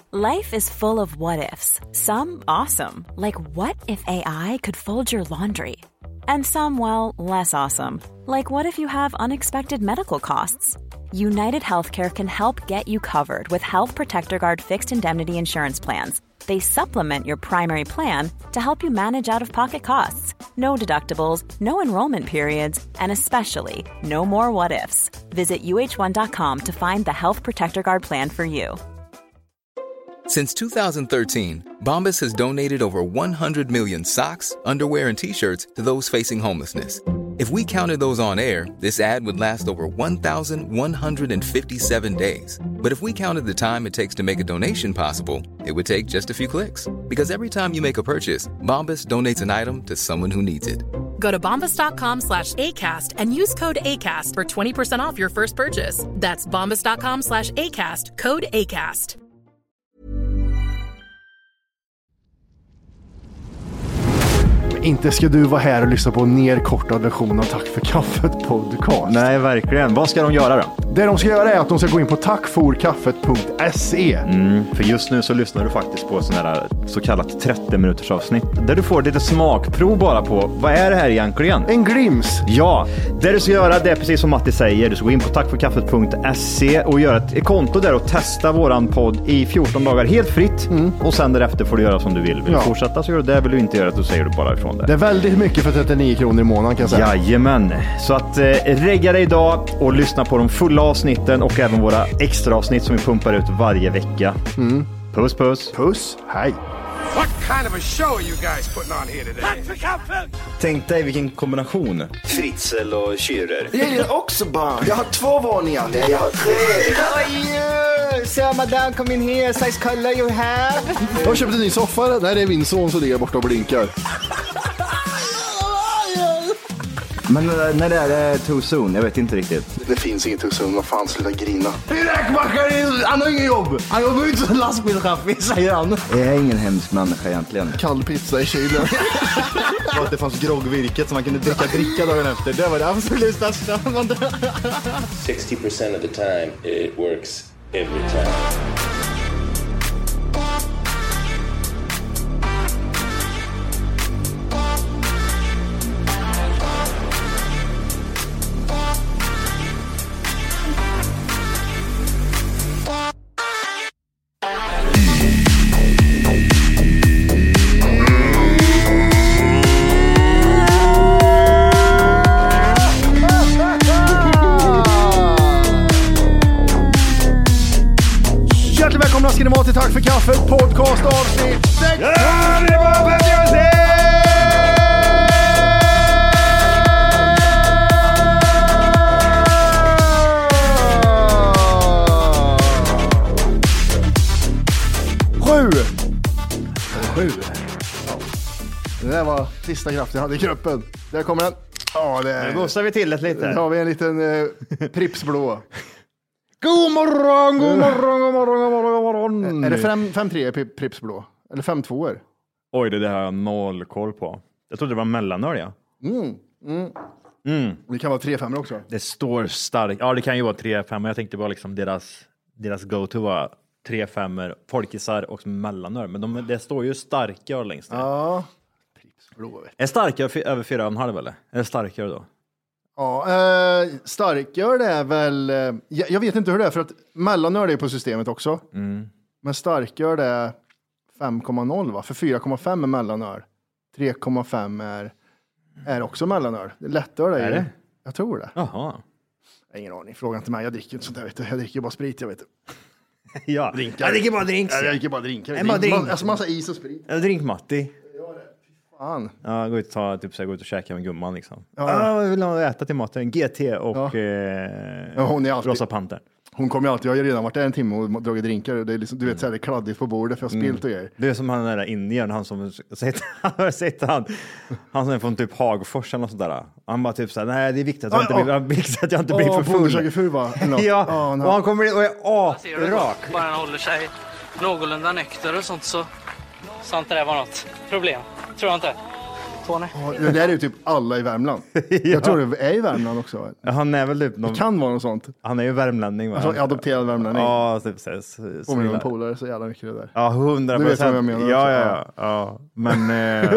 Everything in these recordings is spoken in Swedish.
Life is full of what-ifs. Some awesome, like what if AI could fold your laundry? And some, well, less awesome, like what if you have unexpected medical costs? United Healthcare can help get you covered with Health Protector Guard fixed indemnity insurance plans. They supplement your primary plan to help you manage out-of-pocket costs. No deductibles, no enrollment periods, and especially no more what-ifs. Visit uh1.com to find the Health Protector Guard plan for you. Since 2013, Bombas has donated over 100 million socks, underwear, and T-shirts to those facing homelessness. If we counted those on air, this ad would last over 1,157 days. But if we counted the time it takes to make a donation possible, it would take just a few clicks. Because every time you make a purchase, Bombas donates an item to someone who needs it. Go to bombas.com/ACAST and use code ACAST for 20% off your first purchase. That's bombas.com/ACAST, code ACAST. Inte ska du vara här och lyssna på en nerkortad version av Tack för kaffet podcast. Nej, verkligen. Vad ska de göra då? Det de ska göra är att de ska gå in på tackforkaffet.se. För just nu så lyssnar du faktiskt på sån här så kallat 30 minuters avsnitt. Där du får lite smakprov bara på vad är det här egentligen? En glims. Ja, det du ska göra det är precis som Matti säger. Du ska gå in på tackforkaffet.se och göra ett konto där och testa våran podd i 14 dagar helt fritt. Och sen därefter får du göra som du vill. Vill du fortsätta så gör du det. Vill du inte göra det, då säger du bara ifrån det. Det är väldigt mycket för 39 kronor i månaden kan jag säga. Jajamän. Så att regga dig idag och lyssna på de fulla avsnitten och även våra extra avsnitt som vi pumpar ut varje vecka. Puss, puss. Puss, hej. What kind of a show are you guys putting on here today? Tack för kaffet! Tänk dig vilken kombination. Fritzl och Schürrer. Jag gillar också barn. Jag har 2 våningar. Nej, jag har 3. So madame, come in here. Size color you have. Jag har köpt en ny soffa. Det här är min son som ligger borta och blinkar. Men när det är too soon, jag vet inte riktigt. Det finns inget too soon, vad fan, sluta grina. Räkmackare, han har ingen jobb. Han jobbar inte som lastbilschaufför, säger han. Jag är ingen hemsk människa egentligen. Kall pizza i kylen. Och att det fanns groggvirket som man kunde dricka dagen efter. Det var det absolut största. 60% of the time it works every time. Tack för kaffet, podcast avsnitt 6. Ja, det var Sju. Ja. Det där var sista kraften jag hade i kroppen. Där kommer den. Ja, Nu bossar vi till det lite. Nu har vi en liten Pripsblå. God morgon, god morgon, god morgon, god morgon, god morgon. Är det 5-3 Pripsblå? Eller 5-2? Oj, det har jag noll koll på. Jag trodde det var mellanöl, ja. Det kan vara 3-5 också. Det står starkt. Ja, det kan ju vara 3-5. Jag tänkte bara liksom deras go-to var 3-5 folkisar och mellanöl. Men det står ju starkare längst ner. Ja, Pripsblå. Är starkare över 4,5 eller? Är det starkare då? Ja, starkare det är väl... Jag vet inte hur det är för att mellanöl är på systemet också. Men starkare det är 5,0 va? För 4,5 är mellanöl. 3,5 är också mellanöl. Det är lättare. Är det? Jag tror det. Jaha. Jag har ingen aning. Fråga inte mig. Jag dricker inte sånt där. Vet du. Jag dricker bara sprit. Jag vet. Ja. Jag dricker bara drinks. Jag dricker bara drinkar. Alltså massa is och sprit. Jag dricker Matti. Fan. Ja, gå ut och käka med gumman liksom. Ja, jag vill ha äta till maten. GT och hon är alltid, Rosa Panther. Hon kommer alltid, jag har ju redan varit där en timme och dragit drinkar. Det är liksom, du vet, så här, det är kladdigt på bordet för jag har spilt och grejer. Det är som han där indien, han som sett han som är från typ Hagfors eller något sådär. Han bara typ såhär, nej det är viktigt att jag inte blir för full. Ja, och han kommer in och är rak. Bara han håller sig någorlunda nykter och sånt så inte det var något problem. Tror jag inte. Tony. Det där är ju typ alla i Värmland. Jag tror det är i Värmland också. Han är väl typ det kan vara något sånt. Han är ju värmlänning, va? Alltså, adopterad värmlänning. Ja, typ så. Påminner om polare så jävla mycket det där. Ja, 100%. Du vet vad jag menar. Ja. Men...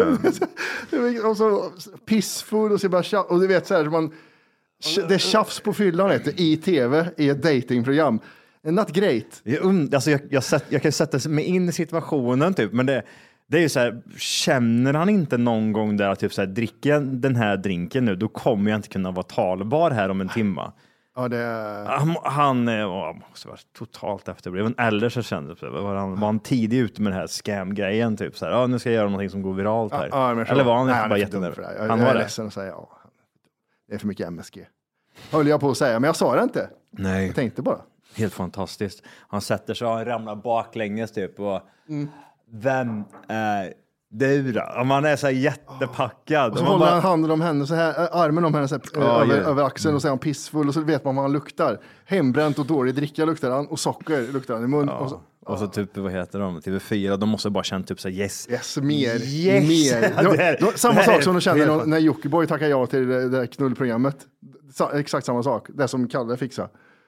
och så pissfull och så bara och du vet så här, det är tjafs på fyllan i tv i ett datingprogram. Not great. Jag kan sätta mig in i situationen typ, men det är ju så här, känner han inte någon gång där typ så här, dricker den här drinken nu, då kommer jag inte kunna vara talbar här om en timma. Ja, han måste vara totalt efterbliven. Eller så kände det var han tidig ute med den här scam-grejen typ så här, nu ska jag göra någonting som går viralt här. Eller var han bara jättenervös? Han var ledsen att säga det är för mycket MSG. Höll jag på att säga, men jag sa det inte. Nej. Jag tänkte bara. Helt fantastiskt. Han sätter sig och han ramlar baklänges typ och vem är du då? Om man är så här jättepackad. Och så håller han handen om henne så här, armen om henne så här, över axeln och så är han pissfull och så vet man vad han luktar. Hembränt och dålig dricka luktar han och socker luktar han i mun. Och så typ, vad heter de? TV4, de måste bara känna typ så här, mer. Samma sak som de känner när Jockiboi tackar ja till det där knullprogrammet. Exakt samma sak. Det som Kalle fixar.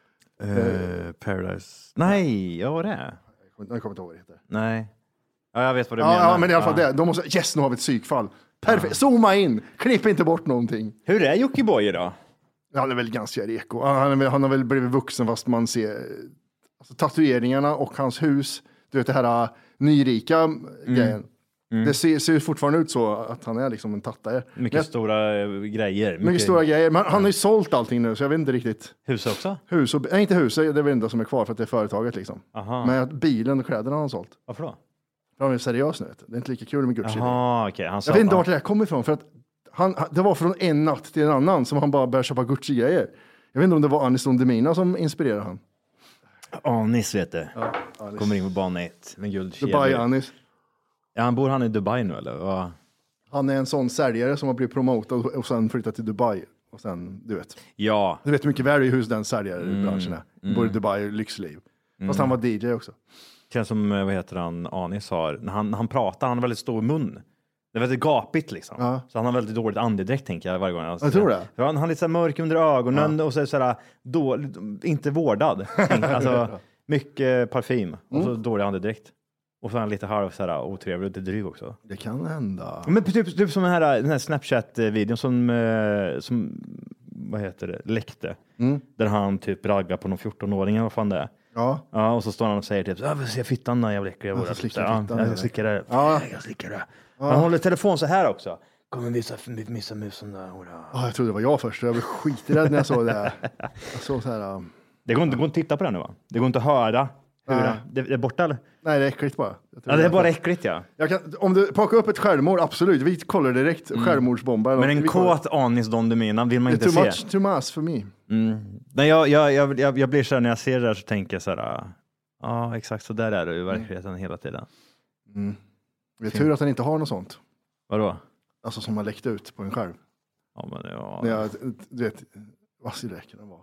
Paradise. Nej, jag var det. Jag kommer inte ihåg vad det heter. Nej. Ja, jag vet vad du menar. Ja, men i alla fall det. De måste, nu har vi ett psykfall. Perfekt. Zooma in. Klipp inte bort någonting. Hur är Jockiboi då? Han är väl ganska reko. Han har väl blivit vuxen fast man ser alltså, tatueringarna och hans hus. Du vet det här nyrika grejen. Det ser fortfarande ut så att han är liksom en tattare. Mycket stora grejer. Mycket stora grejer. Men han har ju sålt allting nu så jag vet inte riktigt. Hus också? Nej, inte hus. Det är det enda som är kvar för att det är företaget liksom. Aha. Men bilen och kläderna har han sålt. Varför då? För han är seriös nu. Det är inte lika kul med Gucci. Aha, okay. Jag vet inte vart det här kommer ifrån. För att det var från en natt till en annan som han bara började köpa Gucci-grejer. Jag vet inte om det var Anis Don Demina som inspirerade han. Anis vet du. Ja, Anis. Kommer in på bana 1 med guldkedjor. Dubai Anis. Ja, bor han i Dubai nu eller? Ja. Han är en sån säljare som har blivit promotad och sen flyttat till Dubai. Och sen, du vet. Ja. Du vet mycket väl hur den säljare i branschen är. Bor i Dubai, lyxliv. Fast han var DJ också. Känns som, vad heter han, Anis har. När han pratar, han har väldigt stor mun. Det är väldigt gapigt liksom. Ja. Så han har väldigt dåligt andedräkt tänker jag varje gång. Jag tror det. Han har lite så mörk under ögonen och så sådär inte vårdad. Alltså mycket parfym och så dålig andedräkt. Och så är han lite halv såhär otrevlig och dryg också. Det kan hända. Men typ som den här Snapchat-videon som vad heter det, läckte. Där han typ raggar på någon 14-åring, vad fan det är. Ja, och så står han och säger typ, jag vill se fittan när jag läcker. Jag slickar det. Jag slickar det. Han håller telefon så här också. Kommer missa musen där. Jag trodde det var jag först. Jag blev skiträdd när jag såg det här. Jag såg så här. Det går inte att titta på det nu va? Det går inte att höra. Det är borta eller? Nej, det är äckligt bara. Ja, det är bara äckligt ja. Om du packar upp ett självmord, absolut. Vi kollar direkt. Självmordsbombar. Men en kåt Anis Don Demina vill man inte se. Too much for me. Nej, jag blir så här, när jag ser det där så tänker jag så här. Ja, exakt så där är det i verkligheten hela tiden. Det är tur att han inte har något sånt. Vadå? Alltså som har läckt ut på en själv. Ja, men du vet, vad skulle det kunna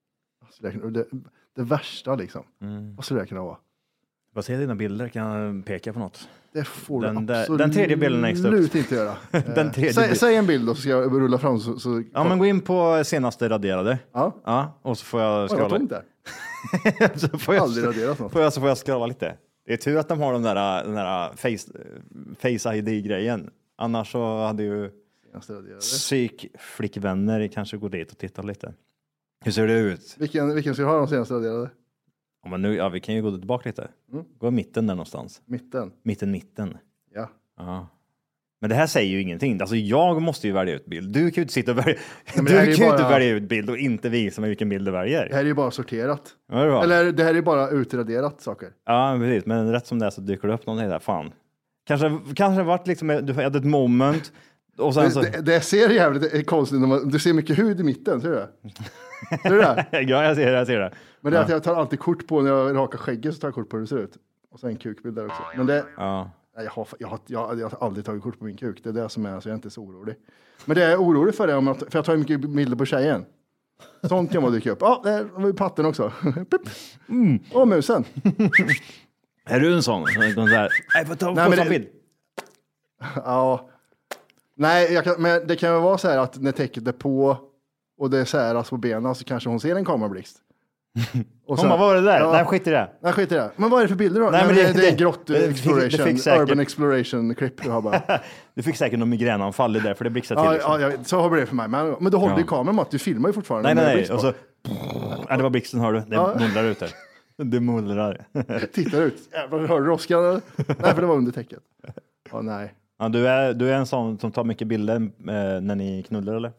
vara? Det värsta liksom. Vad skulle det kunna vara? Vad ser dina bilder? Kan jag peka på något? Det får den tredje bilden är absolut inte göra. Säg en bild då så ska jag rulla fram. Så ja, men gå in på senaste raderade. Ja. Och så får jag scrolla. Så får jag aldrig raderat något. Så får jag scrolla lite. Det är tur att de har den där face ID-grejen. Annars så hade ju psykflickvänner kanske gå dit och titta lite. Hur ser det ut? Vilken ska du ha de senaste raderade? Ja, men vi kan ju gå tillbaka lite. Gå i mitten där någonstans. Mitten. Ja. Men det här säger ju ingenting. Alltså jag måste ju välja ut bild. Du kan ju inte sitta och välja. Inte välja ut bild och inte visa mig vilken bild du väljer. Det här är ju bara sorterat. Eller det här är bara utraderat saker. Ja, precis. Men rätt som det är så dyker det upp någonting där. Fan. Kanske varit liksom, du hade ett moment. Och sen så... det ser jävligt konstigt. Du ser mycket hud i mitten, ser du det? Ser du det? Ja, jag ser det. Men det är att jag tar alltid kort på när jag rakar skägget, så tar jag kort på hur det ser ut. Och så en kukbild där också. Men det... Ja. Jag har aldrig tagit kort på min kuk. Det är det som är, så jag är inte så orolig. Men det är jag orolig för det, för jag tar mycket bilder på tjejen. Sånt kan man dyka upp. Ja, där var ju patten också. Och musen. Är du en sån? Nej, får ta en bild. Ja. Nej, men det kan ju vara så här att när täcket är på och det är säras på benen så kanske hon ser en kamerablixt. Och så, vad var det där? Ja. Nej, skit i det. Nej, skit i det. Men vad är det för bilder då? Nej, men det är grott exploration, urban exploration klipp du har bara. Du fick säkert någon migränanfall där för det blixtrar till. Liksom. Ja, så har det blivit för mig. Men då håller du kameran med att du filmar ju fortfarande. Nej. Och så, det var blixten, hör du. Det mullrar ut där. Det mullrar. Tittar ut. Hör du Oskar? Nej, för det var under täcket. Nej. Ja, du är en sån som tar mycket bilder när ni knullar, eller?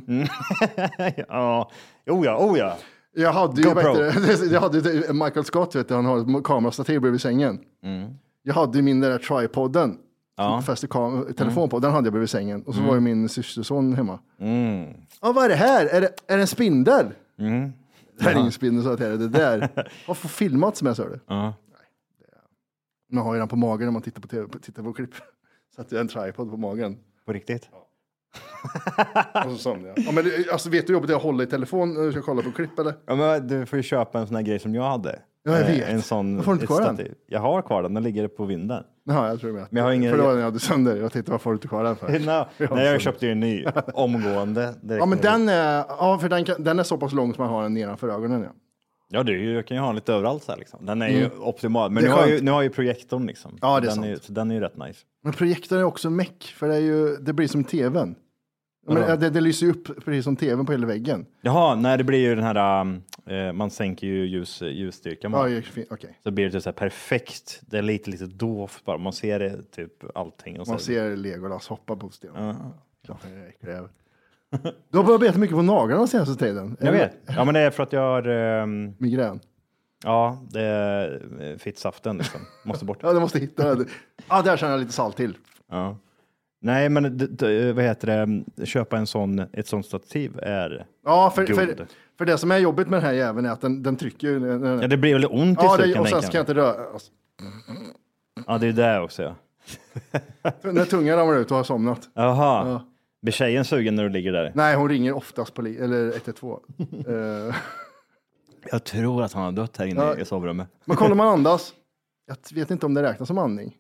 Ja. Oh ja. Jag hade ju Michael Scott, vet du, han har ett kamerastativ bredvid sängen. Jag hade ju min där tripodden. Fäste telefon på, den hade jag bredvid sängen. Och så var ju min systerson hemma. Vad är det här? Är det en spindel? Det här är ingen spindel, så att det där. Vad får filmats med, så är det? Man har ju den på magen när man tittar på klipp. Så att det är en tripod på magen. På riktigt? Och så somnade jag. Men alltså, vet du jobbet är att hålla i telefon när du ska kolla på klipp, eller? Ja, men du får ju köpa en sån här grej som jag hade. Ja, jag vet. En sån, jag får inte kvar den. Jag har kvar den ligger på vinden. Jaha, jag tror det. Men jag har ingen... För det var den jag hade sönder. Jag tänkte, vad får du inte kvar den för? Nej, jag köpte ju en ny. Omgående. Ja, men för den är så pass lång som man har den nedanför ögonen. Ja, jag kan ju ha den lite överallt så här, liksom. Den är ju optimal. Men nu har ju projektorn liksom. Ja, det är sant. Så den är ju rätt nice. Men projektorn är också meck, för det blir som tvn. Men det lyser ju upp precis som tvn på hela väggen. Jaha, nej, det blir ju den här, man sänker ju ljusstyrkan. Okay. Så blir det typ så här perfekt. Det är lite dovt bara. Man ser det typ allting. Och man ser Legolas hoppa på stenen. Du har börjat beta mycket på naglarna senaste tiden. Jag vet. Ja, men det är för att jag har... migrän. Ja, det är fittsaften liksom. Måste bort. Ja, du måste hitta det. Ja, där känner jag lite salt till. Ja. Nej, men vad heter det? Köpa ett sånt stativ är för det som är jobbigt med den här jäveln är att den trycker. Ja, det blir väldigt ont i slutet. Ja, och sen ska jag inte röra. Alltså. Ja, det är det också, ja. När tungan ramlar ut och har somnat. Jaha. Ja. Blir tjejen sugen när du ligger där? Nej, hon ringer oftast eller 112. Jag tror att han har dött här inne i sovrummet. Men kollar man andas. Jag vet inte om det räknas som andning.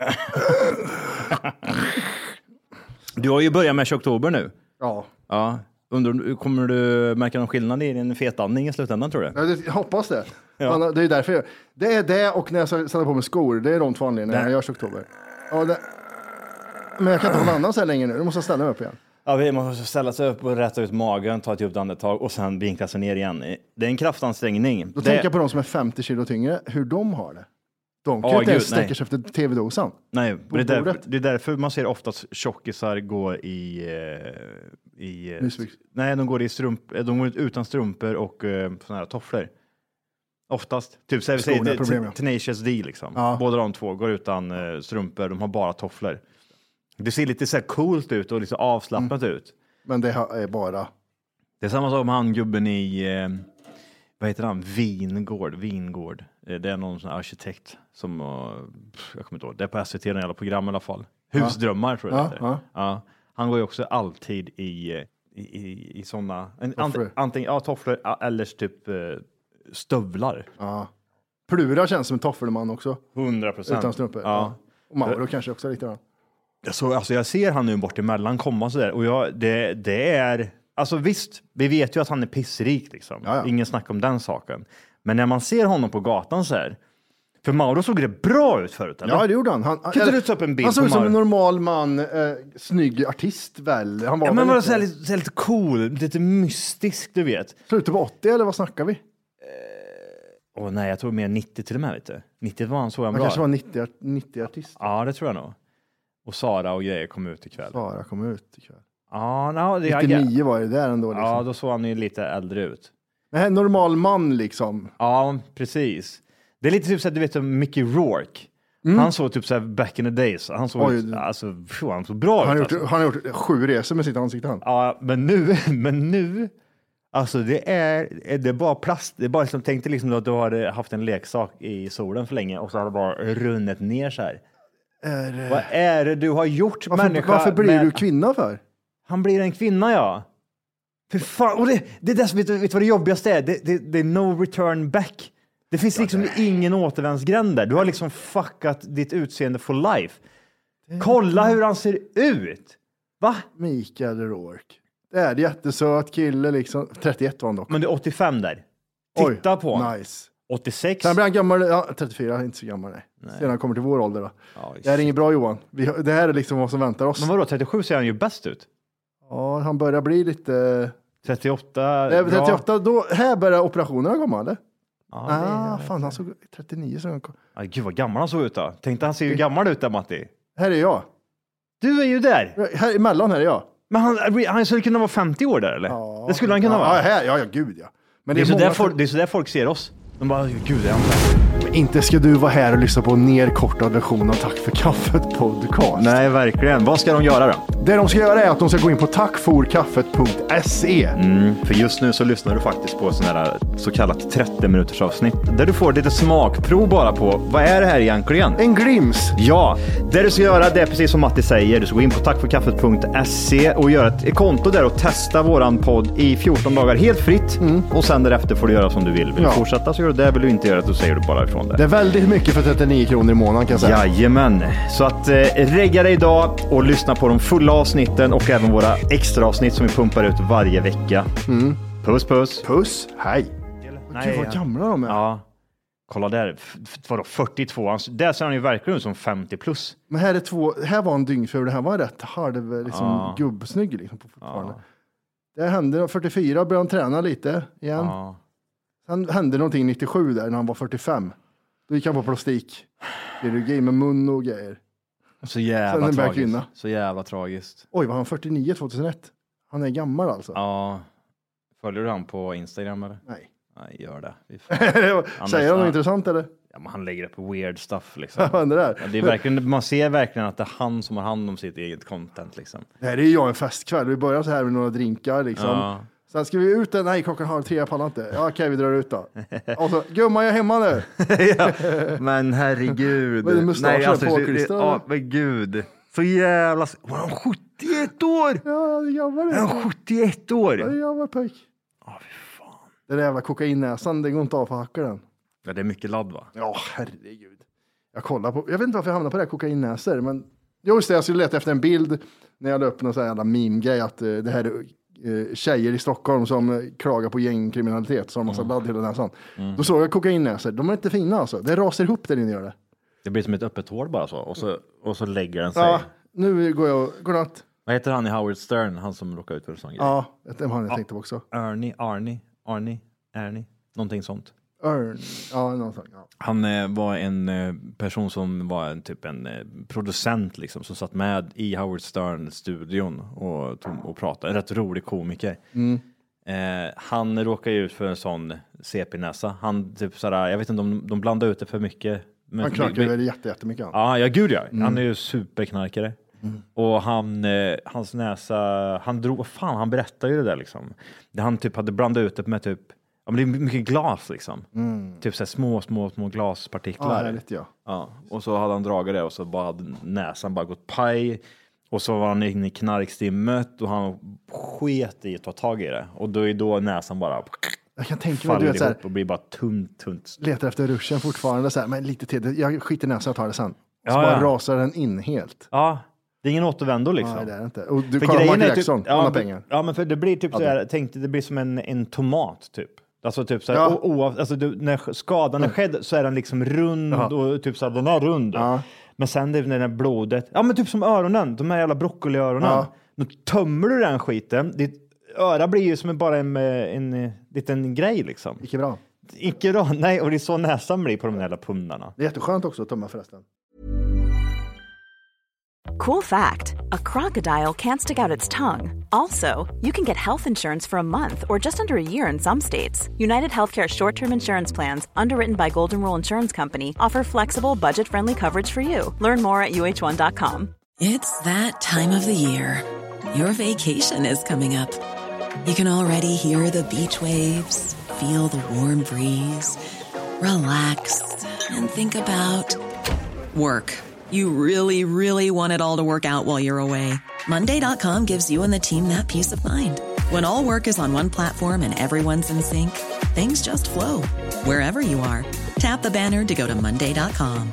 Du har ju börjat med oktober nu. Ja. Ja. Kommer du märka någon skillnad i din fetandning i slutändan, tror du? Jag hoppas det. Ja. Det är därför det är det, och när jag sätter på mig skor. Det är de två anledningarna när jag gör oktober. Ja, men jag kan inte andas här längre nu. Du måste ställa mig upp igen. Ja, vi måste ställa sig upp och rätta ut magen, ta ett djupt andetag och sen vinkla sig ner igen. Det är en kraftansträngning. Då tänker jag på de som är 50 kilo tyngre, hur de har det. De kan inte ens sträcka sig efter tv-dosan. Nej, det är därför man ser oftast tjockisar gå i nej, de går ut utan strumpor och såna här tofflor. Oftast. Typ så säger Tenacious D liksom. Ja. Båda de två går utan strumpor, de har bara tofflor. Det ser lite så här coolt ut och lite avslappnat ut. Men det är bara... Det är samma sak med han gubben i... vad heter han? Vingård. Det är någon sån arkitekt som... jag kommer inte ihåg. Det är på SVT i alla program i alla fall. Husdrömmar tror jag det heter. Ja. Han går ju också alltid i såna... Antingen tofflor eller typ stövlar. Ja. Plura känns som en toffelman också. 100%. Utan strumpor. Ja. Och Mauro kanske också lite grann. Jag ser han nu bort emellan komma sådär. Och det är... Alltså visst, vi vet ju att han är pissrik liksom. Ja. Ingen snack om den saken. Men när man ser honom på gatan så här... För Mauro såg det bra ut förut, eller? Ja, det gjorde han. Han såg ut som en normal man, snygg artist väl. Han var men var så lite cool, lite mystisk, du vet. Slutet på 80, eller vad snackar vi? Nej, jag tror mer 90 till och med, vet du. 90 var han så bra. Han kanske var 90-artist. Ja, det tror jag nog. Och Sara och grejer kom ut ikväll. Sara kom ut ikväll. Ja, 99 var det där ändå. Liksom. Ja, då såg han ju lite äldre ut. Men en normal man liksom. Ja, precis. Det är lite typ så att du vet som Mickey Rourke. Han såg typ så här back in the days. Han såg han såg bra ut. Han har gjort 7 resor med sitt ansikte han. Ja, men nu alltså det är bara plast. Det är bara liksom, tänkte liksom att du hade haft en leksak i solen för länge och så hade det bara runnit ner så här. Vad är det du har gjort, människa? Varför blir du kvinna för? Han blir en kvinna, ja. För fan, och det är det som vet vad det jobbigaste är. Det är no return back. Det finns liksom ingen återvändsgränd där. Du har liksom fuckat ditt utseende for life. Kolla hur han ser ut. Va? Mikael Rourke. Det är jättesöt kille liksom. 31 var han dock. Men det är 85 där. Titta på honom. Nice. 86. Sen blir han gammal. Ja, 34, inte så gammal. Nej. Sen han kommer till vår ålder då. Ja, det här är inget bra, Johan. Det här är liksom vad som väntar oss. Men vadå, 37 ser han ju bäst ut. Ja, han börjar bli lite... 38. 38, då, här börjar operationerna komma, eller? Ja, fan, han såg 39 så han kom. Gud vad gammal han såg ut då. Tänkte han ser ju gammal ut där, Matti. Här är jag. Du är ju där. Här emellan här är jag. Men han skulle kunna vara 50 år där, eller? Ja, det skulle han kunna vara. Ja, gud ja. Men det är så där folk ser oss. De bara, gud, är han där? Men inte ska du vara här och lyssna på en nerkortad version av Tack för kaffet podcast. Nej, verkligen. Vad ska de göra då? Det de ska göra är att de ska gå in på tackforkaffet.se. För just nu så lyssnar du faktiskt på sån här så kallat 30 minuters avsnitt där du får lite smakprov bara på vad är det här egentligen? En glims. Ja, det du ska göra det är precis som Matti säger. Du ska gå in på tackforkaffet.se och göra ett konto där och testa våran podd i 14 dagar helt fritt. Och sen därefter får du göra som du vill. Vill du fortsätta så gör du det. Vill du inte göra det så säger du bara ifrån det. Det är väldigt mycket för 39 kronor i månaden kan jag säga. Jajamän. Så att regga dig idag och lyssna på de fulla avsnitten och även våra extra avsnitt som vi pumpar ut varje vecka. Puss, puss. Puss, hej. Nej, gud vad gamla de är. Ja. Kolla där, vadå 42? Där ser han ju verkligen ut som 50 plus. Men här var en dyngfur, det här var rätt halv liksom gubbsnygg liksom fortfarande. Det hände 44, började han träna lite igen. Sen hände någonting 97 där när han var 45. Då gick han på plastik. Kirurgi med mun och grejer. Så jävla tragiskt. Så jävla tragiskt. Oj, var han 49 2001? Han är gammal alltså. Ja. Följer du han på Instagram eller? Nej. Nej, gör det. Säger han något intressant eller? Ja, men han lägger upp weird stuff liksom. det där. Ja, det är verkligen, man ser verkligen att det är han som har hand om sitt eget content liksom. Nej, det är jag en festkväll. Vi börjar så här med några drinkar liksom. Ja. Sen ska vi ut, nej klockan 2:30, jag pallar inte. Ja, okej, vi drar ut då. Och så, gumman, jag är hemma nu. Ja, men herregud. Vad är det mustaschen påklistrad? Ja, men gud. Så jävla... Var han 71 år? Ja, det är gammal. Är han 71 år? Ja, det är gammal pojk. Fy fan. Det där jävla kokainnäsan, det går inte av för hackar den. Ja, det är mycket ladd va? Ja, herregud. Jag vet inte varför jag hamnade på det här kokainnäsor, men just det, jag skulle leta efter en bild när jag la upp någon sån här jävla meme-grej att det här är tjejer i Stockholm som klagar på gängkriminalitet som har massa ladd hela näsan. Då såg jag kokainnäsor. De är inte fina alltså. Det rasar ihop där inne gör det. Det blir som ett öppet hål bara så. Och så lägger den sig. Ja, nu går jag. Godnatt. Vad heter han i Howard Stern? Han som råkar ut för en sån grej. Ja, det har jag tänkt på också. Arnie. Någonting sånt. Ja, någonting. Ja. Han var en person som var en producent liksom, som satt med i Howard Stern-studion och pratade. En rätt rolig komiker. Han råkade ut för en sån CP-näsa. Han typ sådär, jag vet inte om de blandade ut det för mycket. Men han knarkade väl jättemycket. Ja, gud ja. Han är ju superknarkare. Och hans näsa, han berättade ju det där liksom. Han typ hade blandat ut det med typ, ja, men det är mycket glas liksom. Typ så här små glaspartiklar. Ja, det vet jag. Ja, och så hade han dragit det och så bara hade näsan bara gått paj. Och så var han inne i knarkstimmet och han sket i att ta tag i det. Och då är då näsan bara jag kan tänka mig, du vet, så här, och blir bara tunt. Letar efter ruschen fortfarande så här, men lite till. Jag skiter i näsan och tar det sen. Och så bara rasar den in helt. Ja, det är ingen återvändo liksom. Nej, det är inte. Och du kollar Michael Jackson, pengar. Ja, men för det blir typ så här, tänkte det blir som en tomat typ. Alltså typ så här, alltså när skadan är skedd så är den liksom rund och typ så här, den är rund. Men sen det när blodet, ja men typ som öronen, de här jävla broccoliöronen. Då tömmer du den skiten. Ditt öra blir ju som bara en liten grej liksom. Icke bra, nej, och det är så näsan blir på de jävla pundarna. Det är jätteskönt också att tömma förresten. Cool fact, a crocodile can't stick out its tongue. Also, you can get health insurance for a month or just under a year in some states. United Healthcare short-term insurance plans, underwritten by Golden Rule Insurance Company, offer flexible, budget-friendly coverage for you. Learn more at uh1.com. It's that time of the year. Your vacation is coming up. You can already hear the beach waves, feel the warm breeze, relax, and think about work. You really, really want it all to work out while you're away. Monday.com gives you and the team that peace of mind. When all work is on one platform and everyone's in sync, things just flow. Wherever you are, tap the banner to go to Monday.com.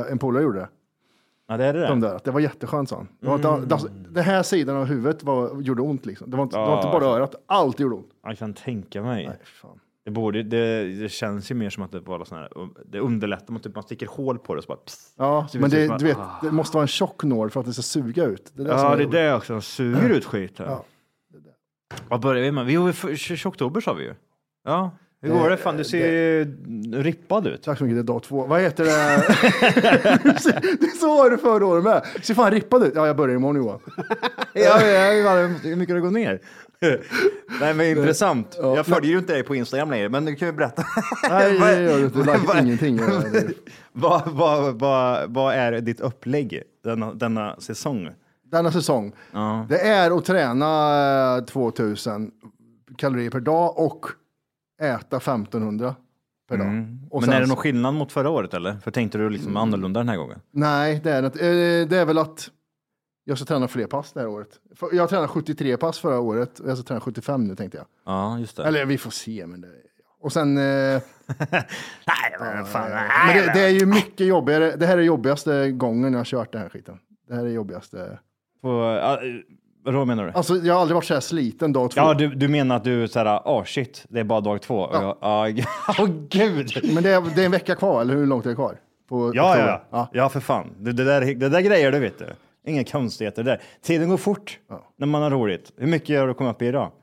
en polare gjorde det. Ja, det är det. Det var jätteskönt, sa han. Den här sidan av huvudet gjorde ont liksom. Det var inte bara örat, allt gjorde ont. Jag kan tänka mig. Nej, fan. Det känns ju mer som att det var sån här, det underlättar om typ man sticker hål på det så bara pss. Ja, men du vet, det måste vara en tjock nål för att det ska suga ut. Det är det också, de suger ut skit här. Ja. Vad börjar vi med? Vi var 20 oktober sa vi ju. Ja, hur går det? Fan, du ser rippad ut. Tack så mycket, det är dag 2. Vad heter det? Det så var det förra året med. Ser fan rippad ut. Ja, jag börjar imorgon Johan. Hur mycket har det gått ner? Nej, men intressant. Ja. Jag följer ju inte dig på Instagram längre, men du kan ju berätta. Nej, jag gör inte. Ingenting. Vad är ditt upplägg denna säsong? Denna säsong? Ja. Det är att träna 2000 kalorier per dag och äta 1500 per dag. Och men är det någon skillnad mot förra året eller? För tänkte du liksom annorlunda den här gången? Nej, det är väl att jag ska träna fler pass det här året. Jag tränade 73 pass förra året och jag ska träna 75 nu tänkte jag. Ja, just det. Eller vi får se. Men det... Och sen... Nej, men fan. Men det är ju mycket jobbigare. Det här är jobbigaste gången jag har kört den här skiten. Det här är jobbigaste... Vad menar du? Alltså jag har aldrig varit så här sliten dag 2. Ja, du menar att du såhär, shit, det är bara dag 2. Ja, gud. Men det är en vecka kvar, eller hur långt är det kvar? Ja, för fan. Det där grejer du vet du. Inga konstigheter där. Tiden går fort när man har roligt. Hur mycket har du kommit upp i idag?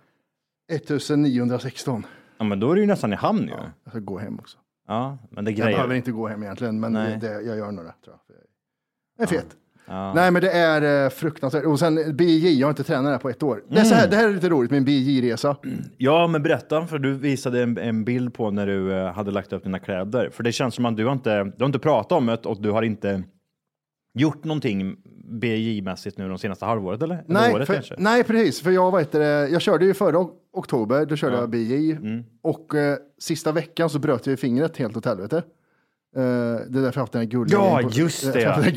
1916. Ja, men då är du ju nästan i hamn ju. Ja, jag ska gå hem också. Ja, men det grejer. Jag behöver inte gå hem egentligen, men jag gör nog det, tror jag. Det är fet. Ja. Nej, men det är fruktansvärt. Och sen BJ, jag har inte tränat det här på 1 år. Det här är lite roligt med en BJ-resa. Ja, men berätta, för du visade en bild på när du hade lagt upp dina kläder. För det känns som att du har inte pratat om det och du har inte gjort någonting BJ-mässigt nu de senaste halvåret, eller? Nej, precis. För jag körde ju förra oktober, då körde jag BJ. Och sista veckan så bröt jag fingret helt åt helvete. Det är därför jag haft den här gulliga just det.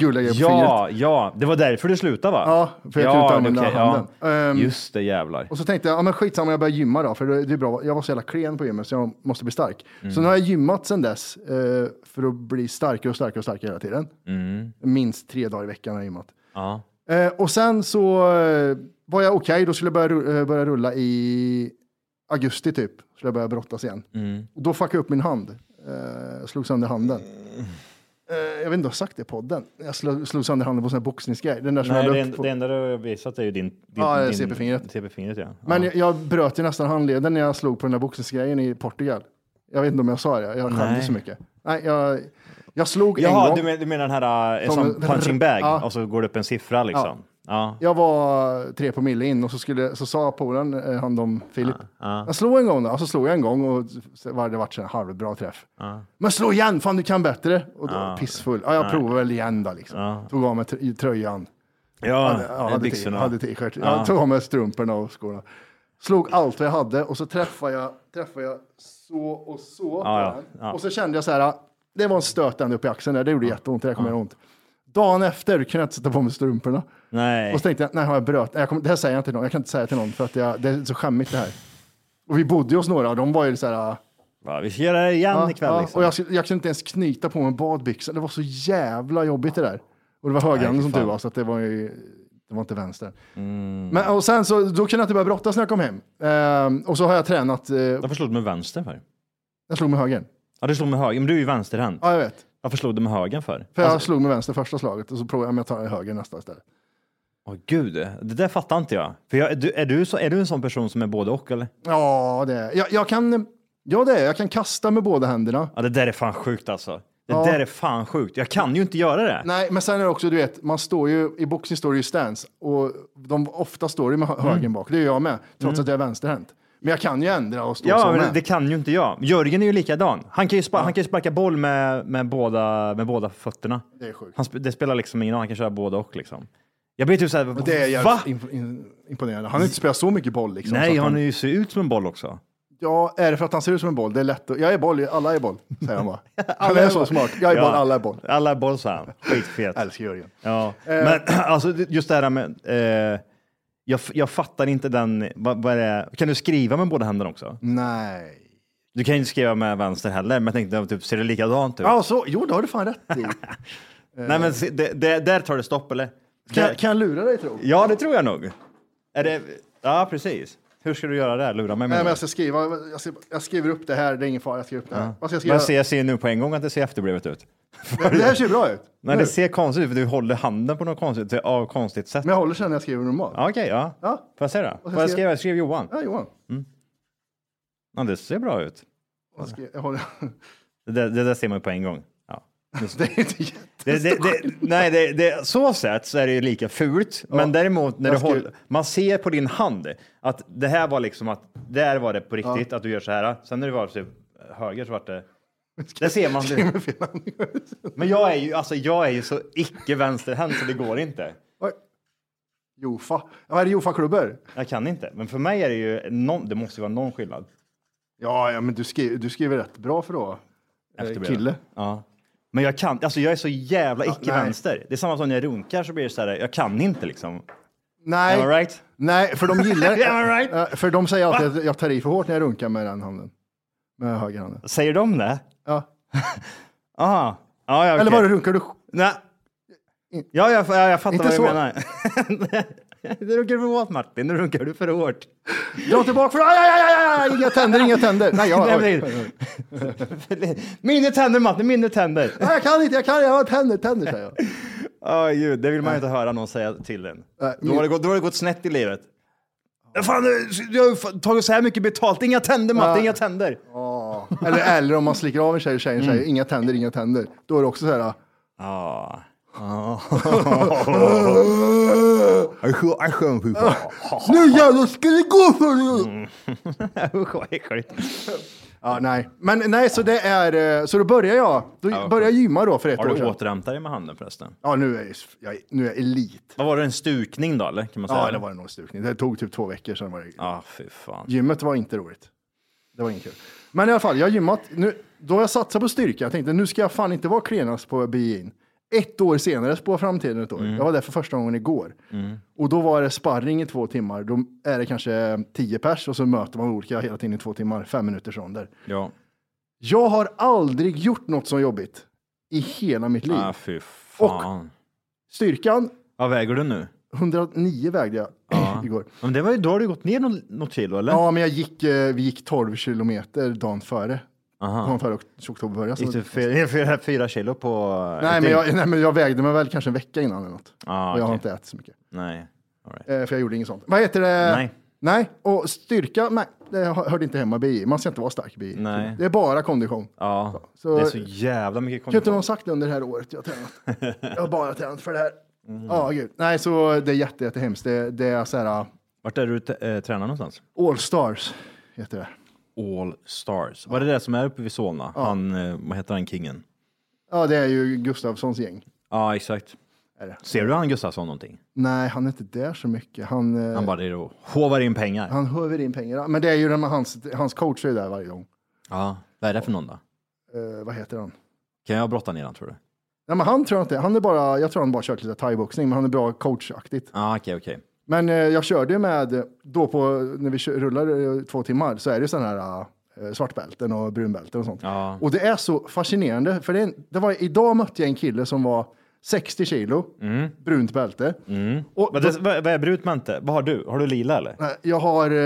Ja, det var därför du slutade va? Ja, för jag kunde inte använda handen. Just det, jävlar. Och så tänkte jag, men skitsamma, jag börjar gymma då, för det är bra. Jag var så jävla klen på gymmet så jag måste bli stark. Så nu har jag gymmat sedan dess för att bli starkare och starkare och starkare hela tiden. Minst 3 dagar i veckan har jag gymmat. Ja. Och sen så var jag okej, då skulle jag börja rulla i augusti typ. Skulle jag börja brottas igen. Och då fuckade jag upp min hand. Jag slog sönder handen. Jag vet inte om jag har sagt det i podden. Jag slog sönder handen på sån här boxningsgrej. Den där som det enda du har visat är ju din CP-fingret. Ja. Men jag bröt ju nästan handleden när jag slog på den där boxningsgrejen i Portugal. Jag vet inte om jag sa det. Jag skämde så mycket. Nej, jag slog en gång. Du menar den här som punching bag och så går det upp en siffra liksom. Ja. Jag var 3 promille in och så sa polaren, han om Filip. Jag slog en gång då, och så slog jag en gång och så var det varit en halvbra träff. Men slå igen, fan du kan bättre. Och då pissfull. Ja, jag provar väl igen då liksom. Tog av mig tröjan. Hade t-shirt. Jag tog av mig strumporna och skorna. Slog allt vad jag hade och så träffade jag så och så. Och så kände jag så här, det var en stöt ända upp i axeln där. Det gjorde jätteont, det kommer ont. Dagen efter kunde jag inte sätta på mig strumporna. Nej. Och så tänkte jag, nej har jag bröt. Det här säger jag inte till någon. Jag kan inte säga till någon för att det är så skämmigt det här. Och vi bodde ju hos några och de var ju så här. Vi ska göra det igen ikväll. Liksom. Och jag kunde inte ens knyta på mig badbyxor. Det var så jävla jobbigt det där. Och det var högerhanden som tur var, så att det var inte vänster. Men och sen så, då kunde jag inte börja brottas när jag kom hem. Och så har jag tränat. Varför slog du med vänster för? Jag slog med höger. Ja, du slog med höger. Men du är ju vänsterhänt. Ja, jag vet. Varför slog du med högern för? För jag slog med vänster första slaget och så provade jag med att ta höger nästa istället. Gud, det där fattar inte jag. För är du en sån person som är både och, eller? Ja, det är. Jag kan kasta med båda händerna. Ja, det där är fan sjukt alltså. Det där är fan sjukt. Jag kan ju inte göra det. Nej, men sen är det också, du vet, man står ju, i boxning står det ju stance och de ofta står ju med högen bak. Det är jag med, trots att jag är vänsterhänt. Men jag kan ju ändra och stå så men med. Det kan ju inte jag. Jörgen är ju likadan. Han kan ju sparka boll med båda fötterna. Det är sjukt. Det spelar liksom ingen roll. Han kan köra båda och liksom. Jag blir typ såhär, det är imponerande. Han har inte spelat så mycket boll liksom. Nej, han ju ser ut som en boll också. Ja, är det för att han ser ut som en boll? Det är lätt. Jag är boll, alla är boll, säger han bara. Han är så smart. Jag är boll, alla är boll. Alla är boll, sa han. Skitfet. Älskar Jörgen. Ja. Men alltså, just det här med... Jag fattar inte den... Vad är det? Kan du skriva med båda händerna också? Nej. Du kan ju inte skriva med vänster heller, men jag tänkte, typ, ser det likadant ut? Ja, så, jo, det har du fan rätt i. Nej, men där tar det stopp, eller? Kan jag lura dig, tro? Ja, det tror jag nog. Ja, precis. Hur ska du göra det? Lura mig med. Nej, men jag ska skriva. Jag skriver upp det här. Det är ingen fara. Jag skriver upp det här. Vad ska jag skriva? Men jag ser nu på en gång att det ser efterblivet ut. Det här ser bra ut. Nej, det ser konstigt ut för du håller handen på något konstigt sätt. Men jag håller sen när jag skriver normalt. Okej, ja. Får jag se det? Jag skrev Johan. Ja, Johan. Ja, det ser bra ut. Jag håller... Det där ser man på en gång. Ja. Det är inte jättestort. Så sett så är det ju lika fult. Ja. Men däremot när du håller, man ser på din hand att det här var liksom att där var det på riktigt att du gör så här. Sen när det var typ höger så var det. Det ser man. Men jag är ju så icke vänsterhänt så det går inte. Jofa. Vad är det Jofa-klubbor? Jag kan inte. Men för mig är det ju det måste ju vara någon skillnad. Ja, men du skriver rätt bra för då. Kille. Ja. Men jag kan, jag är så jävla icke-vänster. Det är samma som när jag runkar så blir det så här, jag kan inte liksom. Nej. Am I right? Nej, för de gillar right? För de säger alltid att jag tar i för hårt när jag runkar med den handen. Med höger handen. Säger de det? Ja. Aha. Ja, okay. Eller var det runkar du? Nej. Ja, jag fattar inte vad så. Jag menar. Du runkar för hårt, Martin. Nu runkar du för hårt. Dra tillbaka för... Inga tänder. Nej, Mindre tänder, Martin. Mindre tänder. Nej, jag kan inte. Jag har tänder, säger jag. Gud, det vill man inte höra någon säga till en. Då har det gått snett i livet. Fan, du har tagit så här mycket betalt. Inga tänder, Martin. Inga tänder. Eller om man slickar av en tjej och tjejen säger inga tänder. Då är det också så här... Nu jävlar ska det gå för dig. Ja, nej. Men nej, så det är... Så då börjar jag. Börjar gymma då för ett år sedan. Har du återhämtat dig med handen förresten? Ja, nu är jag elit. Vad var det, en stukning då, eller? Kan man säga? Ja, det var nog en stukning. Det tog typ 2 veckor sedan. Fy fan. Gymmet var inte roligt. Det var inget kul. Men i alla fall, jag har gymmat. Då har jag satsat på styrka. Jag tänkte, nu ska jag fan inte vara klenast på BI'n. 1 år senare, på framtiden ett år. Jag var där för första gången igår. Och då var det sparring i 2 timmar. Då är det kanske 10 pers och så möter man olika hela tiden i 2 timmar. 5 minuters ronder. Ja. Jag har aldrig gjort något så jobbigt i hela mitt liv. Fy fan. Och styrkan... Vad väger du nu? 109 vägde jag igår. Men det var ju, då har du gått ner något kilo, eller? Ja, men vi gick 12 kilometer dagen före. Dagen före oktober började. Gick du 4 kilo på... Nej, men jag vägde mig väl kanske en vecka innan eller något. Och jag har inte ätit så mycket. Nej. All right. För jag gjorde inget sånt. Vad heter det? Nej. Och styrka, nej. Det hörde inte hemma BI. Man ska inte vara stark i BI. Nej. Det är bara kondition. Ja, så, det är så jävla mycket kondition. Kan inte någon sagt det under det här året jag har tränat? Jag har bara tränat för det här. Gud. Nej, så det är jättehemskt. Det är så här... Vart är du tränar någonstans? All Stars heter det. All Stars. Vad är det som är uppe vid Solna? Ja. Vad heter han, kingen? Ja, det är ju Gustafssons gäng. Ja, exakt. Ser du han Gustafsson någonting? Nej, han är inte där så mycket. Han bara det hovar in pengar. Han hovar in pengar. Men det är ju hans coach är där varje gång. Ja, vad är det för någon då? Vad heter han? Kan jag brotta ner han, tror du? Nej, men han tror jag inte. Jag tror han bara kört lite thai-boxning, men han är bra coachaktigt. Okej. Men jag körde med, när vi rullar 2 timmar, så är det sådana här svartbälten och brunbälten och sånt. Ja. Och det är så fascinerande, för idag mötte jag en kille som var 60 kilo, brunt bälte. Och vad är brunt bälte? Vad har du? Har du lila eller? Nej, jag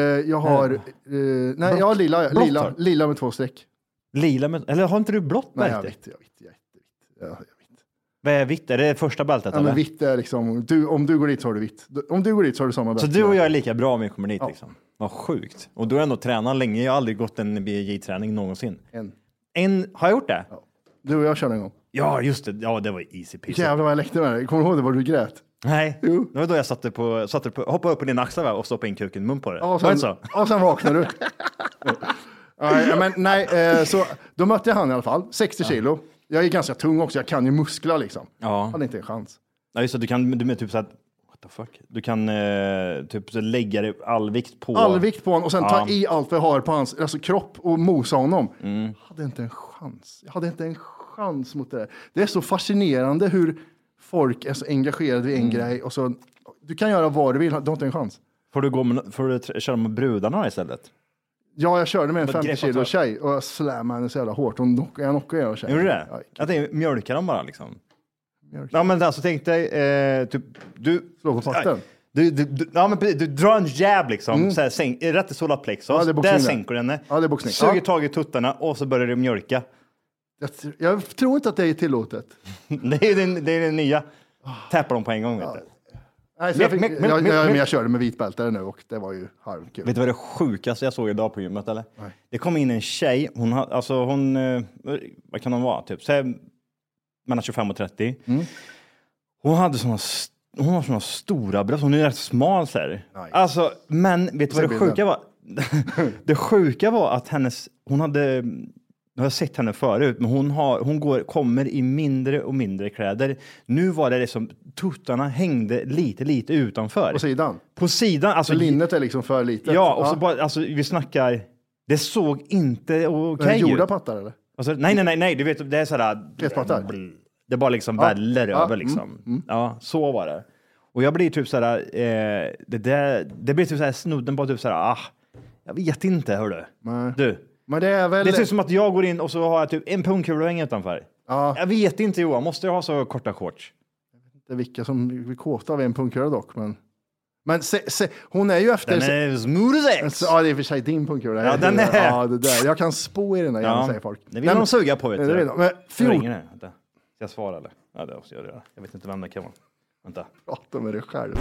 har lila med 2 streck. Lila med, eller har inte du blått bälte? Nej, jag vet. Vad är vitt? Är det första bältet? Ja, men vitt är liksom, om du går dit så har du vitt. Om du går dit så har du samma bälte. Så du och jag är lika bra om vi kommer dit liksom? Vad sjukt. Och du har ändå tränat länge. Jag har aldrig gått en BJ-träning någonsin. Har jag gjort det? Ja. Du och jag körde en gång. Ja, just det. Ja, det var easy peasy. Jävlar vad jag läckte med dig. Kommer du ihåg det? Var du grät? Nej, det var då jag hoppade upp på din axel och stoppade in kuken i mun på det. Och sen vaknade du. Så då mötte jag han i alla fall. 60 kilo. Jag är ganska tung också. Jag kan ju muskla liksom. Ja. Jag hade inte en chans. Ja, just det. Du är typ så att what the fuck? Du kan typ lägga dig all vikt på honom och sen ta i allt vi har på hans kropp och mosa honom. Jag hade inte en chans mot det där. Det är så fascinerande hur folk är så engagerade vid en grej och så du kan göra vad du vill, du har inte en chans. Får du köra med brudarna istället? Ja, jag körde med en 50 kilo tjej och jag slammade henne så jävla hårt. Jag knockade henne tjej. Gjorde du det? Jag tänkte, mjölkar de bara liksom? Ja, men alltså tänk dig, typ, du... Slå på patten. Du drar en jab liksom, så här, rätt i solar plexus, där sänker den. Ja, det är boxning. Suger tag i tuttarna och så börjar du mjölka. Jag tror inte att det är tillåtet. Det är den nya. Tappar dem på en gång, vet du. Nej, jag körde med vitbältare nu och det var ju halvkul. Vet du vad det sjukaste jag såg idag på gymmet, eller? Nej. Det kom in en tjej, hon vad kan hon vara? Typ, säg mellan 25 och 30. Hon har såna stora bröst, hon är rätt smal så här. Alltså, men vet du vad det sjuka var? Det sjuka var att jag har sett henne förut, men hon kommer i mindre och mindre kläder. Nu var det liksom, tuttarna hängde lite utanför. På sidan. Alltså, linnet är liksom för litet. Ja, och så bara, alltså, vi snackar, det såg inte okej ut. Gjorda pattar eller? Alltså, nej, du vet, det är sådär. Det bara liksom väller över liksom. Ja, så var det. Och jag blir typ sådär, det blir typ såhär snudden på typ såhär, jag vet inte, hördu. Du. Men det är väl... Det ser ut som att jag går in och så har jag typ en pungkula hänger utanför. Ja. Jag vet inte, Johan. Måste jag ha så korta shorts? Jag vet inte vilka som vill kåta av en pungkula dock, men hon är ju efter... Den är smooth as X. Ja, det är för sig din pungkula. Ja, den är... Ja, det där. Jag kan spå i den där, gärna, säger folk. Det vill de suga på, vet du. Men ringer det. Vänta. Ska jag svara, eller? Ja, det måste jag göra. Jag vet inte vem det kan vara. Vänta. Prata med dig själv.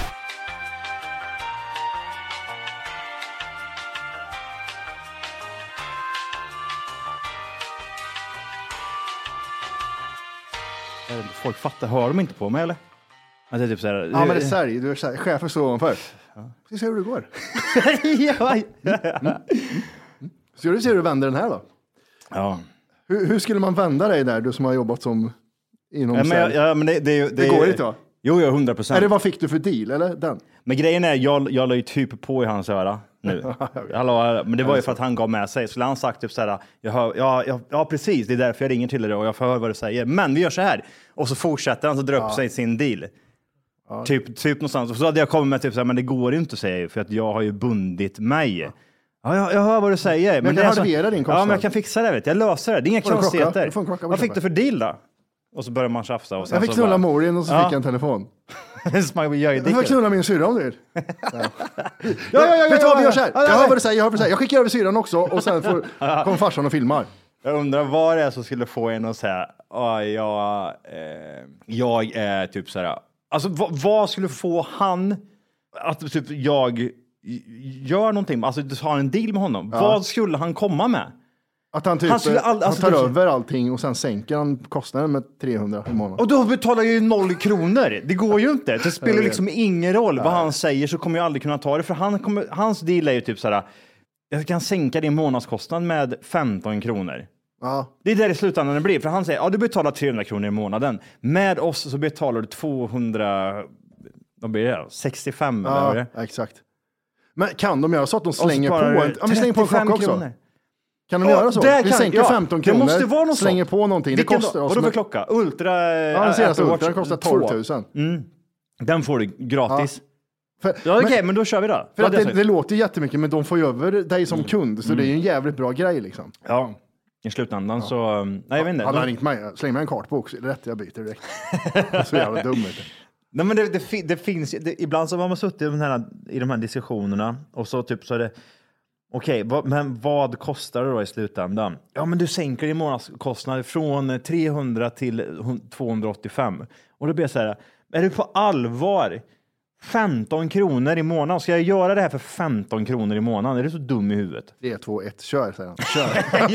Folk fattar, hör de inte på mig eller? Att det är typ så här, ja, men det är sälj, du är chefen så ovanför. Ska se hur det går. Ska du se hur du vänder den här då? Ja. Hur skulle man vända dig där, du som har jobbat som inom sälj? Men det går inte va? Jo, 100%. Är det vad fick du för deal, eller den? Men grejen är, jag la ju typ på i hans öra nu. Men det var ju för att han gav med sig. Skulle han sagt typ såhär, ja precis, det är därför jag ringer till dig och jag får höra vad du säger. Men vi gör så här. Och så fortsätter han så drar upp sig sin deal. Ja. Typ någonstans. Och så hade jag kommit med typ såhär, men det går ju inte, säger jag, för att jag har ju bundit mig. Ja, jag hör vad du säger. Men det halvera din kostnad. Ja, men jag kan fixa det, vet jag. löser det. Det är inga konstigheter. Vad fick du för deal då? Och så börjar man tjafsa. Och sen jag fick knulla Morin och så fick jag en telefon. Jag fick knulla min syra om du vill. Ja, vet du vad vi gör så här? Jag hör vad du säger. Jag skickar över syran också och sen kommer farsan och filmar. Jag undrar vad det är som skulle få en att säga jag är typ så här. Alltså vad skulle få han att typ jag gör någonting, alltså du har en deal med honom. Ja. Vad skulle han komma med? Att han typ han tar över allting och sen sänker han kostnaden med 300 i månaden. Och då betalar ju 0 kronor. Det går ju inte. Det spelar liksom ingen roll vad han säger, så kommer jag aldrig kunna ta det. För hans deal är ju typ så här: jag kan sänka din månadskostnad med 15 kronor. Ja. Det är där i slutändan det blir. För han säger, du betalar 300 kronor i månaden. Med oss så betalar du 200, vad blir det? 65 eller vad är det? Exakt. Men kan de göra så att de slänger på en klocka också? Kronor. Kan de göra så? Vi sänker 15 kronor, det måste vara något slänger sånt. På någonting. Vilken det kostar oss. Vadå för klocka? Ultra... Ja, den senaste Ultra kostar 12 000. Den får du gratis. Okej, men då kör vi då. För att det låter jättemycket, men de får ju över dig som kund. Så det är ju en jävligt bra grej liksom. Ja, i slutändan så... Nej, jag vet inte. Hade han ringt mig, släng mig en kartbok. Det är rätt, jag byter direkt. Det är så jävla dumt. Nej, men det finns... ibland så har man suttit i de här diskussionerna och så typ så är det... Okej, men vad kostar det då i slutändan? Ja, men du sänker din månadskostnad från 300 till 285. Och då blir jag så här, är du på allvar 15 kronor i månaden? Ska jag göra det här för 15 kronor i månaden? Är du så dum i huvudet? 3, 2, 1, kör, säger han. Kör.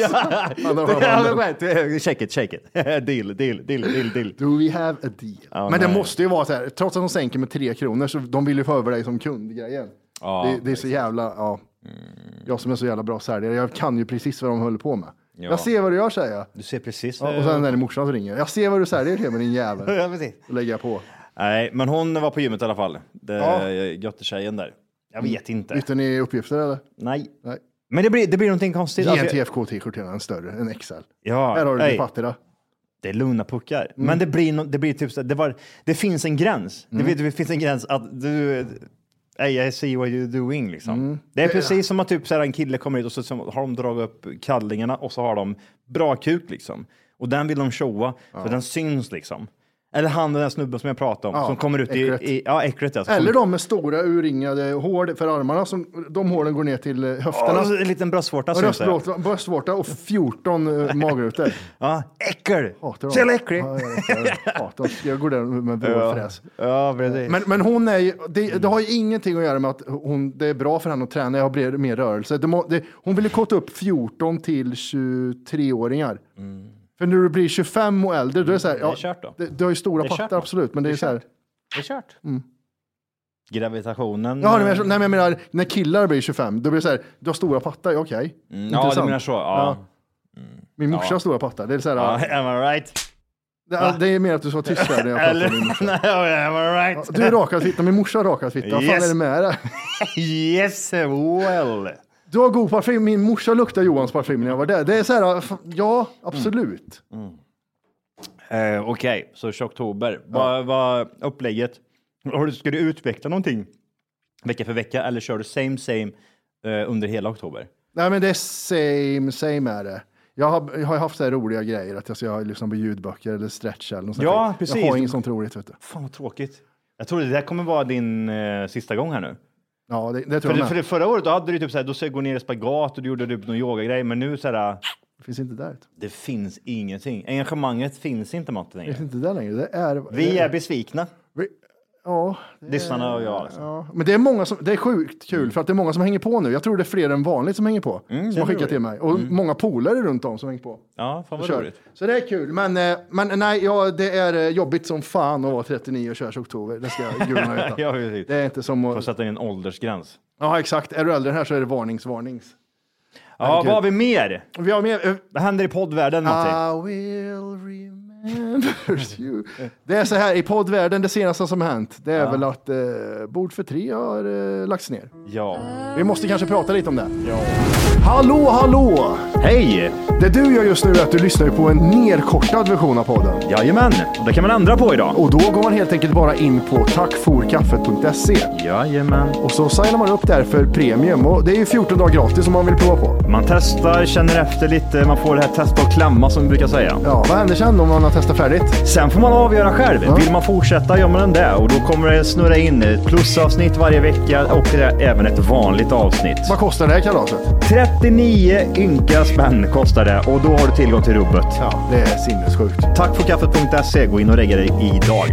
Check it. Deal. Do we have a deal? Oh, men det måste ju vara så här, trots att de sänker med 3 kronor så de vill ju få över dig som kund i grejen. Det är så jävla, jag som är så jävla bra säljare, jag kan ju precis vad de håller på med. Ja. Jag ser vad du gör, säger jag. Du ser precis. Och sen är det morsan som ringer. Jag ser vad du säljer till med din jävel. Ja, precis. Och lägger jag på. Nej, men hon var på gymmet i alla fall. Göttetjejen där. Jag vet inte. Bytte ni uppgifter eller? Nej. Men det blir någonting konstigt. Ge en TFK-t-shirt till en större, en XL. Ja. Här har du fattiga. Det är lugna puckar. Men det blir typ så, det finns en gräns. Det finns en gräns att du... I see what you're doing liksom. Det är precis som att typ så här, en kille kommer hit och så har de dragit upp kallingarna och så har de bra kuk liksom. Och den vill de showa för den syns liksom. Eller han den där snubben som jag pratade om. Som kommer ut i äckligt. Alltså. Eller de med stora urringade hål för armarna. De hålen går ner till höfterna. En liten bröstvårta. Bröstvårta och 14 magrutor. Ja, äckel. Så äcklig. Jag går där med vårfräs. Ja, men hon är det har ju ingenting att göra med att det är bra för henne att träna. Jag har mer rörelse. Hon vill ju kåta upp 14 till 23-åringar. För när du blir 25 och äldre, då är det så här, det är kört då. Du har ju stora pattar, absolut, men det är så här. Det är kört. Gravitationen. Ja, men jag menar, när killar blir 25, då blir det så här, du har stora pattar, okej. Ja, du menar så, ja. Min morsa har stora pattar, det är så här. Am I right? Det är mer att du så tyst där när jag pratar med min morsa. Nej, am I right? Du är rakad fitta, min morsa har rakad fitta. Vad fan är det med det? Yes, well. Du har god parfym. Min morsa luktar Johans parfym när jag var där. Det är så här, ja, absolut. Okej, så 20 oktober. Vad upplägget? Ska du utveckla någonting vecka för vecka eller kör du same under hela oktober? Nej, men det är same är det. Jag har haft så här roliga grejer att jag ska lyssna på ljudböcker eller stretcha eller något sånt. Ja, precis. Jag har inget sånt roligt, vet du. Fan vad tråkigt. Jag tror det här kommer vara din sista gång här nu. Ja, det tror jag. För förra året då hade du typ så här, då ska jag gå ner i spagat och du gjorde typ någon yoga-grej, men nu så här. Det finns inte där. Det finns ingenting. Engagemanget finns inte, Matte, längre. Det finns inte där längre. Vi är besvikna. Ja. Lyssnarna och jag alltså. Ja. Men det är många det är sjukt kul för att det är många som hänger på nu. Jag tror det är fler än vanligt som hänger på. Som har skickat till mig. Och många polare runt om som hänger på. Ja, fan vad roligt. Så det är kul. Men nej, det är jobbigt som fan att vara 39 och köra 20 oktober. Det ska jag gudarna veta. Ja, det är inte som att... Får sätta in en åldersgräns. Ja, exakt. Är du äldre här så är det varnings. Ja, vad har vi mer? Vi har mer. Vad händer i poddvärlden, Matti? I will remember you. Det är så här, i poddvärlden, det senaste som hänt, det är väl att Bord för 3 har lagts ner. Ja. Vi måste kanske prata lite om det. Ja. Hallå! Hej! Det du gör just nu är att du lyssnar på en nerkortad version av podden. Jajamän, och det kan man ändra på idag. Och då går man helt enkelt bara in på tackforkaffet.se. Jajamän. Och så signar man upp där för premium. Och det är ju 14 dagar gratis om man vill prova på. Man testar, känner efter lite, man får det här testa och klämma som vi brukar säga. Ja, vad händer sen om man har testat färdigt? Sen får man avgöra själv. Ja. Vill man fortsätta, gör man den där. Och då kommer det snurra in ett plusavsnitt varje vecka och även ett vanligt avsnitt. Vad kostar det här kalaset? 39 ynka spänn kostar det och då har du tillgång till rubbet. Ja, det är sinnessjukt. Tackforkaffet.se, gå in och regga dig idag.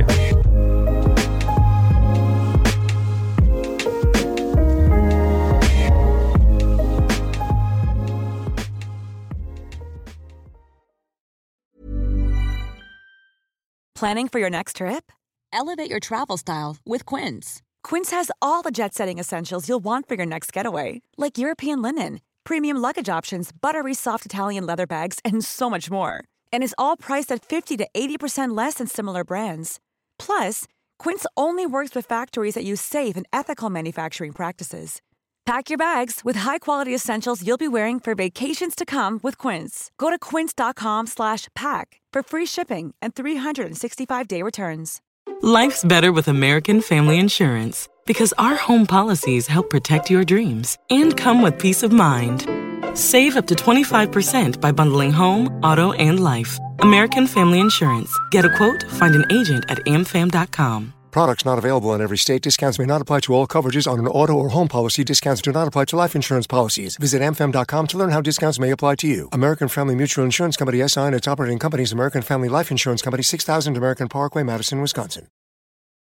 Planning for your next trip? Elevate your travel style with Quince. Quince has all the jet-setting essentials you'll want for your next getaway, like European linen, premium luggage options, buttery soft Italian leather bags, and so much more. And is all priced at 50 to 80% less than similar brands. Plus, Quince only works with factories that use safe and ethical manufacturing practices. Pack your bags with high-quality essentials you'll be wearing for vacations to come with Quince. Go to quince.com/pack for free shipping and 365-day returns. Life's better with American Family Insurance because our home policies help protect your dreams and come with peace of mind. Save up to 25% by bundling home, auto, and life. American Family Insurance. Get a quote, find an agent at amfam.com. Products not available in every state. Discounts may not apply to all coverages on an auto or home policy. Discounts do not apply to life insurance policies. Visit amfam.com to learn how discounts may apply to you. American Family Mutual Insurance Company, SI, and its operating companies, American Family Life Insurance Company, 6000 American Parkway, Madison, Wisconsin.